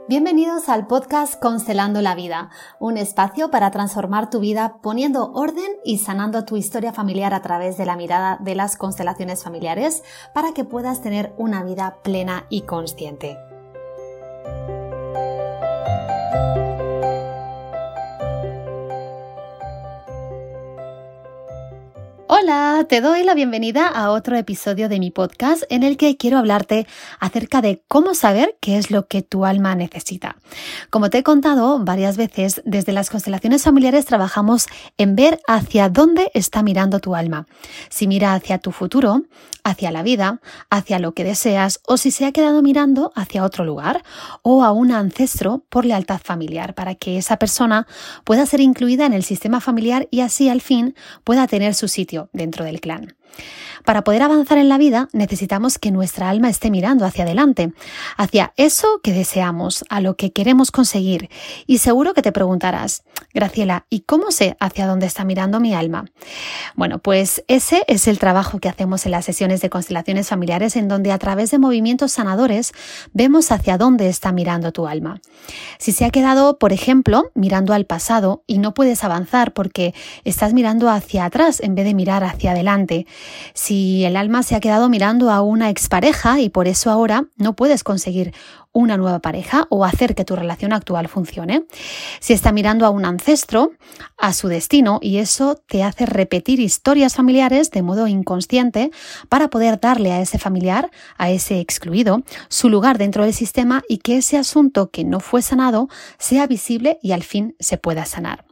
Bienvenidos al podcast Constelando la Vida, un espacio para transformar tu vida poniendo orden y sanando tu historia familiar a través de la mirada de las constelaciones familiares para que puedas tener una vida plena y consciente. Hola, te doy la bienvenida a otro episodio de mi podcast en el que quiero hablarte acerca de cómo saber qué es lo que tu alma necesita. Como te he contado varias veces, desde las constelaciones familiares trabajamos en ver hacia dónde está mirando tu alma. Si mira hacia tu futuro, hacia la vida, hacia lo que deseas o si se ha quedado mirando hacia otro lugar o a un ancestro por lealtad familiar para que esa persona pueda ser incluida en el sistema familiar y así al fin pueda tener su sitio dentro del clan. Para poder avanzar en la vida necesitamos que nuestra alma esté mirando hacia adelante, hacia eso que deseamos, a lo que queremos conseguir. Y seguro que te preguntarás, Graciela, ¿y cómo sé hacia dónde está mirando mi alma? Bueno, pues ese es el trabajo que hacemos en las sesiones de constelaciones familiares en donde a través de movimientos sanadores vemos hacia dónde está mirando tu alma. Si se ha quedado, por ejemplo, mirando al pasado y no puedes avanzar porque estás mirando hacia atrás en vez de mirar hacia adelante, si el alma se ha quedado mirando a una expareja y por eso ahora no puedes conseguir una nueva pareja o hacer que tu relación actual funcione. Si está mirando a un ancestro, a su destino, y eso te hace repetir historias familiares de modo inconsciente para poder darle a ese familiar, a ese excluido, su lugar dentro del sistema y que ese asunto que no fue sanado sea visible y al fin se pueda sanar.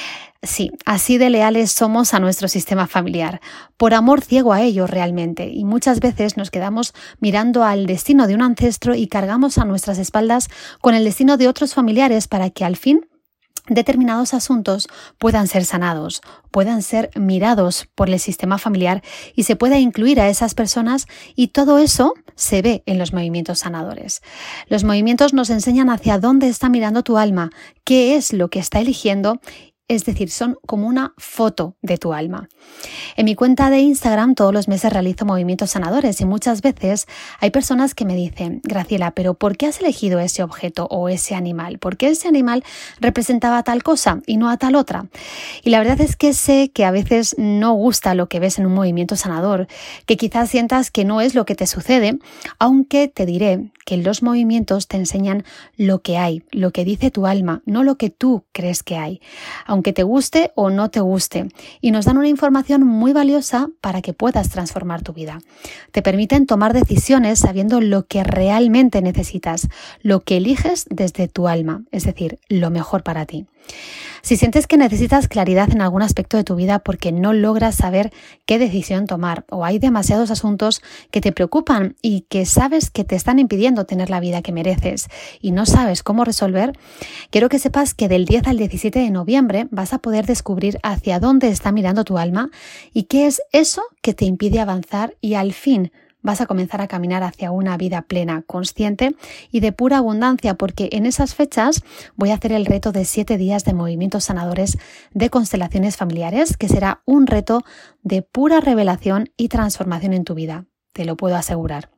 Sí, así de leales somos a nuestro sistema familiar, por amor ciego a ello realmente, y muchas veces nos quedamos mirando al destino de un ancestro y cargamos a nuestras espaldas con el destino de otros familiares para que al fin determinados asuntos puedan ser sanados, puedan ser mirados por el sistema familiar y se pueda incluir a esas personas y todo eso se ve en los movimientos sanadores. Los movimientos nos enseñan hacia dónde está mirando tu alma, qué es lo que está eligiendo. Es decir, son como una foto de tu alma. En mi cuenta de Instagram todos los meses realizo movimientos sanadores y muchas veces hay personas que me dicen, Graciela, pero ¿por qué has elegido ese objeto o ese animal? ¿Por qué ese animal representaba tal cosa y no a tal otra? Y la verdad es que sé que a veces no gusta lo que ves en un movimiento sanador, que quizás sientas que no es lo que te sucede, aunque te diré que los movimientos te enseñan lo que hay, lo que dice tu alma, no lo que tú crees que hay, aunque te guste o no te guste, y nos dan una información muy valiosa para que puedas transformar tu vida. Te permiten tomar decisiones sabiendo lo que realmente necesitas, lo que eliges desde tu alma, es decir, lo mejor para ti. Si sientes que necesitas claridad en algún aspecto de tu vida porque no logras saber qué decisión tomar o hay demasiados asuntos que te preocupan y que sabes que te están impidiendo tener la vida que mereces y no sabes cómo resolver, quiero que sepas que del 10 al 17 de noviembre vas a poder descubrir hacia dónde está mirando tu alma y qué es eso que te impide avanzar y al fin vas a comenzar a caminar hacia una vida plena, consciente y de pura abundancia, porque en esas fechas voy a hacer el reto de 7 días de movimientos sanadores de constelaciones familiares, que será un reto de pura revelación y transformación en tu vida, te lo puedo asegurar.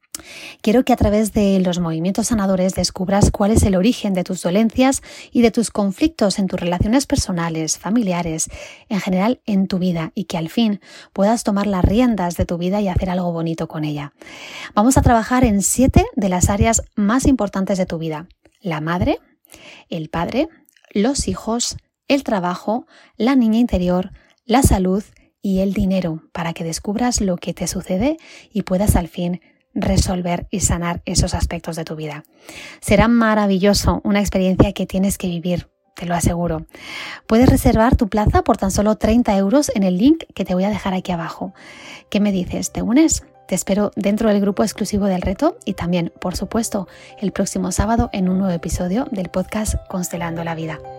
Quiero que a través de los movimientos sanadores descubras cuál es el origen de tus dolencias y de tus conflictos en tus relaciones personales, familiares, en general en tu vida y que al fin puedas tomar las riendas de tu vida y hacer algo bonito con ella. Vamos a trabajar en 7 de las áreas más importantes de tu vida: la madre, el padre, los hijos, el trabajo, la niña interior, la salud y el dinero, para que descubras lo que te sucede y puedas al fin resolver y sanar esos aspectos de tu vida. Será maravilloso, una experiencia que tienes que vivir, te lo aseguro. Puedes reservar tu plaza por tan solo 30 € en el link que te voy a dejar aquí abajo. ¿Qué me dices? ¿Te unes? Te espero dentro del grupo exclusivo del reto y también, por supuesto, el próximo sábado en un nuevo episodio del podcast Constelando la Vida.